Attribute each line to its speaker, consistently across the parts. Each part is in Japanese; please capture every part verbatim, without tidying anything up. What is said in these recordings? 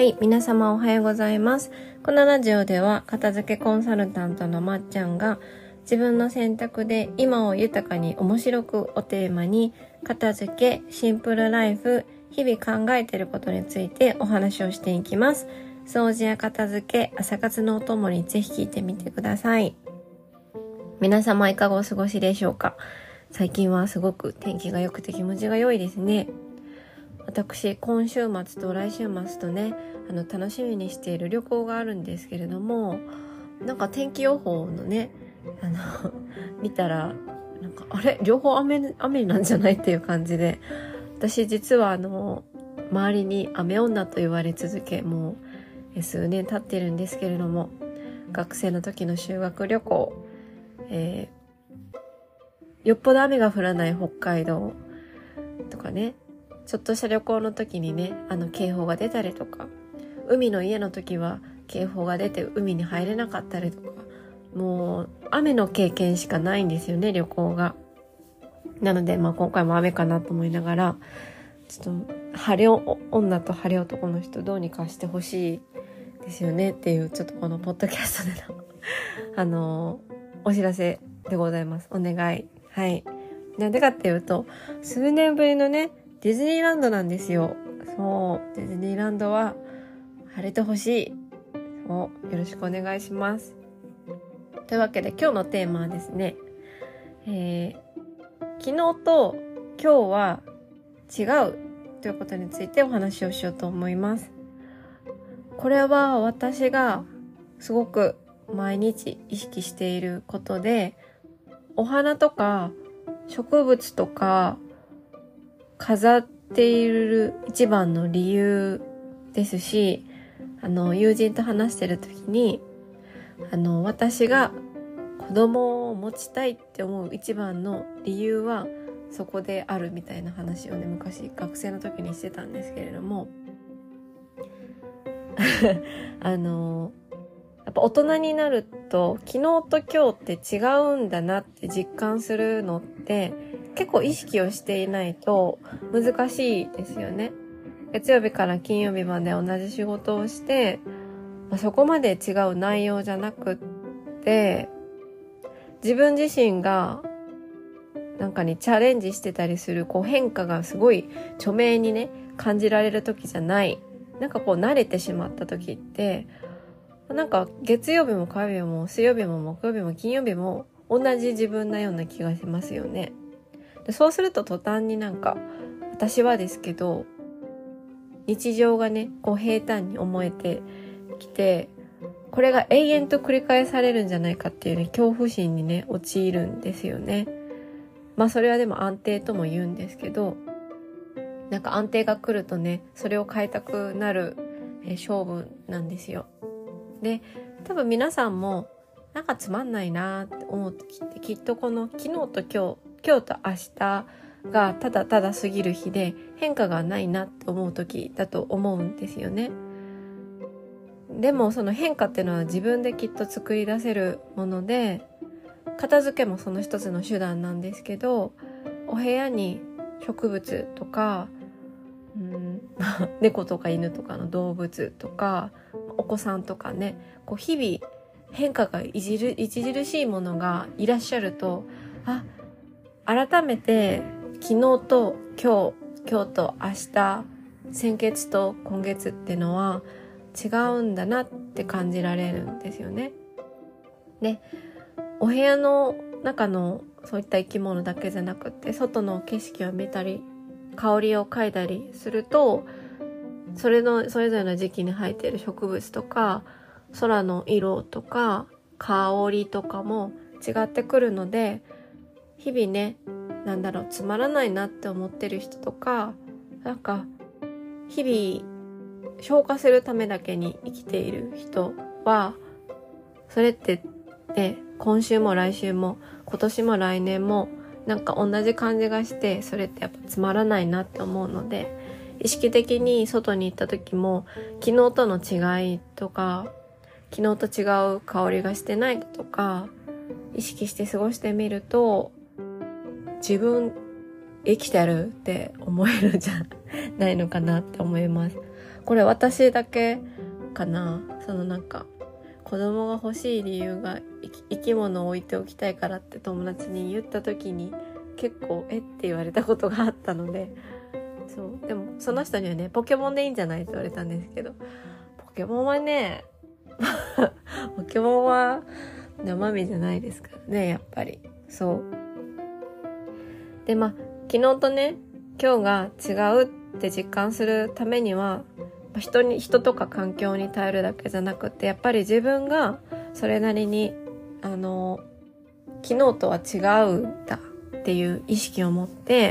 Speaker 1: はい、皆様おはようございます。このラジオでは片付けコンサルタントのまっちゃんが自分の選択で今を豊かに面白くをテーマに片付け、シンプルライフ、日々考えていることについてお話をしていきます。掃除や片付け、朝活のお供にぜひ聞いてみてください。皆様いかがお過ごしでしょうか。最近はすごく天気が良くて気持ちが良いですね。私今週末と来週末とねあの楽しみにしている旅行があるんですけれども、なんか天気予報のねあの見たらなんかあれ両方雨雨なんじゃないっていう感じで、私実はあの周りに雨女と言われ続けもう数年経ってるんですけれども、学生の時の修学旅行、えー、よっぽど雨が降らない北海道とかね、ちょっとした旅行の時にねあの警報が出たりとか、海の家の時は警報が出て海に入れなかったりとか、もう雨の経験しかないんですよね旅行が。なので、まあ、今回も雨かなと思いながら、ちょっと晴れ女と晴れ男の人どうにかしてほしいですよねっていう、ちょっとこのポッドキャストでのあのお知らせでございます。お願い。はい。なんでかっていうと、数年ぶりのねディズニーランドなんですよ。そう、ディズニーランドは晴れてほしい。そう、よろしくお願いします。というわけで今日のテーマはですね、えー、昨日と今日は違うということについてお話をしようと思います。これは私がすごく毎日意識していることで、お花とか植物とか飾っている一番の理由ですし、あの友人と話してる時にあの私が子供を持ちたいって思う一番の理由はそこであるみたいな話をね昔学生の時にしてたんですけれどもあのやっぱ大人になると昨日と今日って違うんだなって実感するのって結構意識をしていないと難しいですよね。月曜日から金曜日まで同じ仕事をして、まあ、そこまで違う内容じゃなくって、自分自身がなんかにチャレンジしてたりするこう変化がすごい著明にね感じられる時じゃない、なんかこう慣れてしまった時って、なんか月曜日も火曜日も水曜日も木曜日も金曜日も同じ自分なような気がしますよね。でそうすると途端になんか私はですけど日常がねこう平坦に思えてきて、これが永遠と繰り返されるんじゃないかっていうね恐怖心にね陥るんですよね。まあそれはでも安定とも言うんですけど、なんか安定が来るとねそれを変えたくなるえ勝負なんですよ。で多分皆さんもなんかつまんないなって思う時ってきっとこの昨日と今日今日と明日がただただ過ぎる日で変化がないなって思う時だと思うんですよね。でもその変化っていうのは自分できっと作り出せるもので、片付けもその一つの手段なんですけど、お部屋に植物とか、うん、猫とか犬とかの動物とかお子さんとかね、こう日々変化がいじる著しいものがいらっしゃると、あ、改めて昨日と今日、今日と明日、先月と今月ってのは違うんだなって感じられるんですよね。で、お部屋の中のそういった生き物だけじゃなくって外の景色を見たり香りを嗅いだりすると、それのそれぞれの時期に生えている植物とか空の色とか香りとかも違ってくるので、日々ねなんだろうつまらないなって思ってる人とか、なんか日々消化するためだけに生きている人は、それってね今週も来週も今年も来年もなんか同じ感じがして、それってやっぱつまらないなって思うので、意識的に外に行った時も昨日との違いとか昨日と違う香りがしてないとか意識して過ごしてみると、自分生きてるって思えるんじゃないのかなって思います。 これ私だけかな。そのなんか子供が欲しい理由が生き物を置いておきたいからって友達に言った時に結構えって言われたことがあったので、そうでもその人にはねポケモンでいいんじゃないって言われたんですけど、ポケモンはねポケモンは生身じゃないですからね、やっぱり。そうで、まあ昨日とね今日が違うって実感するためには、人に人とか環境に頼るだけじゃなくて、やっぱり自分がそれなりにあの昨日とは違うんだっていう意識を持って、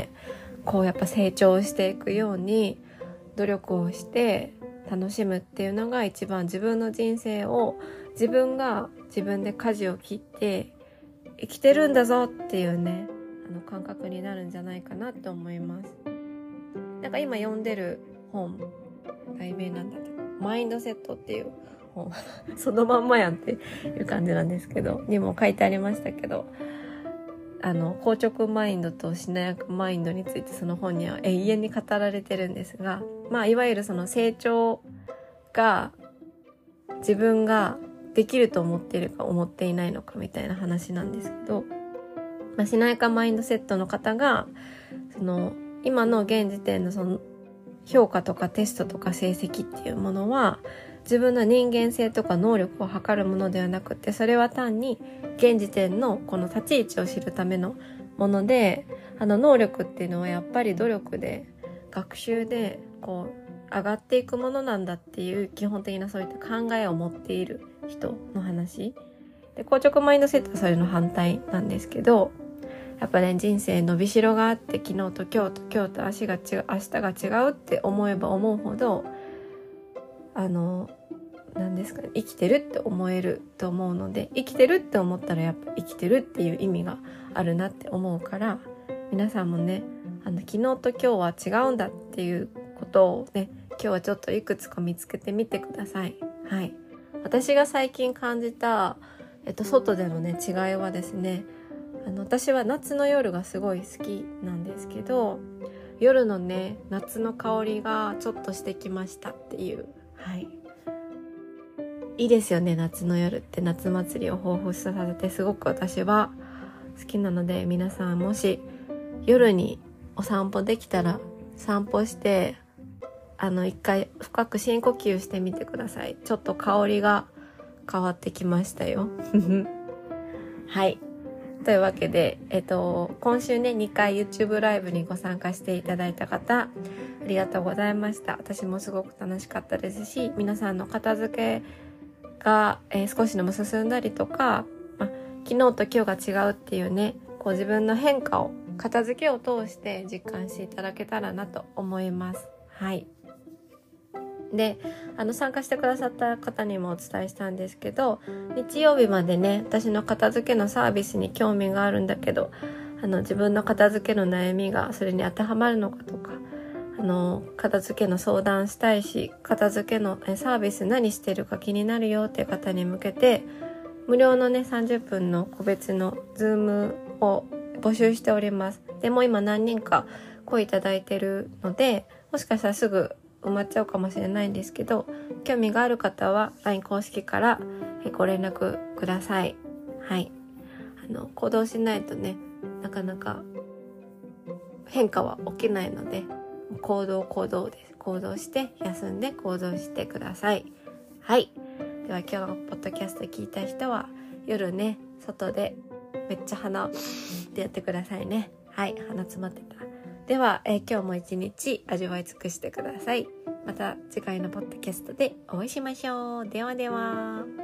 Speaker 1: こうやっぱ成長していくように努力をして楽しむっていうのが一番自分の人生を自分が自分で舵を切って生きてるんだぞっていうね、あの感覚になるんじゃないかなと思います。なんか今読んでる本、題名なんだったかマインドセットっていう本そのまんまやんっていう感じなんですけど、にも書いてありましたけど、あの硬直マインドとしなやかマインドについてその本には永遠に語られてるんですが、まあいわゆるその成長が自分ができると思っているか思っていないのかみたいな話なんですけど、まあ、しなやかマインドセットの方がその今の現時点のその評価とかテストとか成績っていうものは自分の人間性とか能力を測るものではなくて、それは単に現時点のこの立ち位置を知るためのもので、あの能力っていうのはやっぱり努力で学習でこう上がっていくものなんだっていう基本的なそういった考えを持っている人の話で、硬直マインドセットはそれの反対なんですけど、やっぱね人生伸びしろがあって、昨日と今日と今日と足が違う明日が違うって思えば思うほどあの何ですかね、生きてるって思えると思うので、生きてるって思ったらやっぱ生きてるっていう意味があるなって思うから、皆さんもねあの昨日と今日は違うんだっていうことをね今日はちょっといくつか見つけてみてください。はい、私が最近感じた、えっと、外でのね違いはですね、あの私は夏の夜がすごい好きなんですけど、夜のね夏の香りがちょっとしてきましたっていう、はいいいですよね、夏の夜って夏祭りを彷彿させてすごく私は好きなので、皆さんもし夜にお散歩できたら散歩してあの一回深く深呼吸してみてください。ちょっと香りが変わってきましたよはいというわけで、えっと、今週ねにかい YouTube ライブにご参加していただいた方ありがとうございました。私もすごく楽しかったですし、皆さんの片付けが、えー、少しでも進んだりとか、ま、昨日と今日が違うっていうねこう自分の変化を片付けを通して実感していただけたらなと思います。はいで、あの参加してくださった方にもお伝えしたんですけど、日曜日までね私の片付けのサービスに興味があるんだけど、あの自分の片付けの悩みがそれに当てはまるのかとか、あの片付けの相談したいし、片付けのサービス何してるか気になるよっていう方に向けて無料のねさんじゅっぷんの個別のズームを募集しております。でも今何人か声いただいてるので、もしかしたらすぐ埋まっちゃうかもしれないんですけど、興味がある方は ライン 公式からご連絡ください。はいあの行動しないとねなかなか変化は起きないので、行動行動です。行動して休んで行動してください。はいでは今日のポッドキャスト聞いた人は夜ね外でめっちゃ鼻ってやってくださいね。はい鼻詰まってた。では、えー、今日も一日味わい尽くしてください。また次回のポッドキャストでお会いしましょう。ではでは。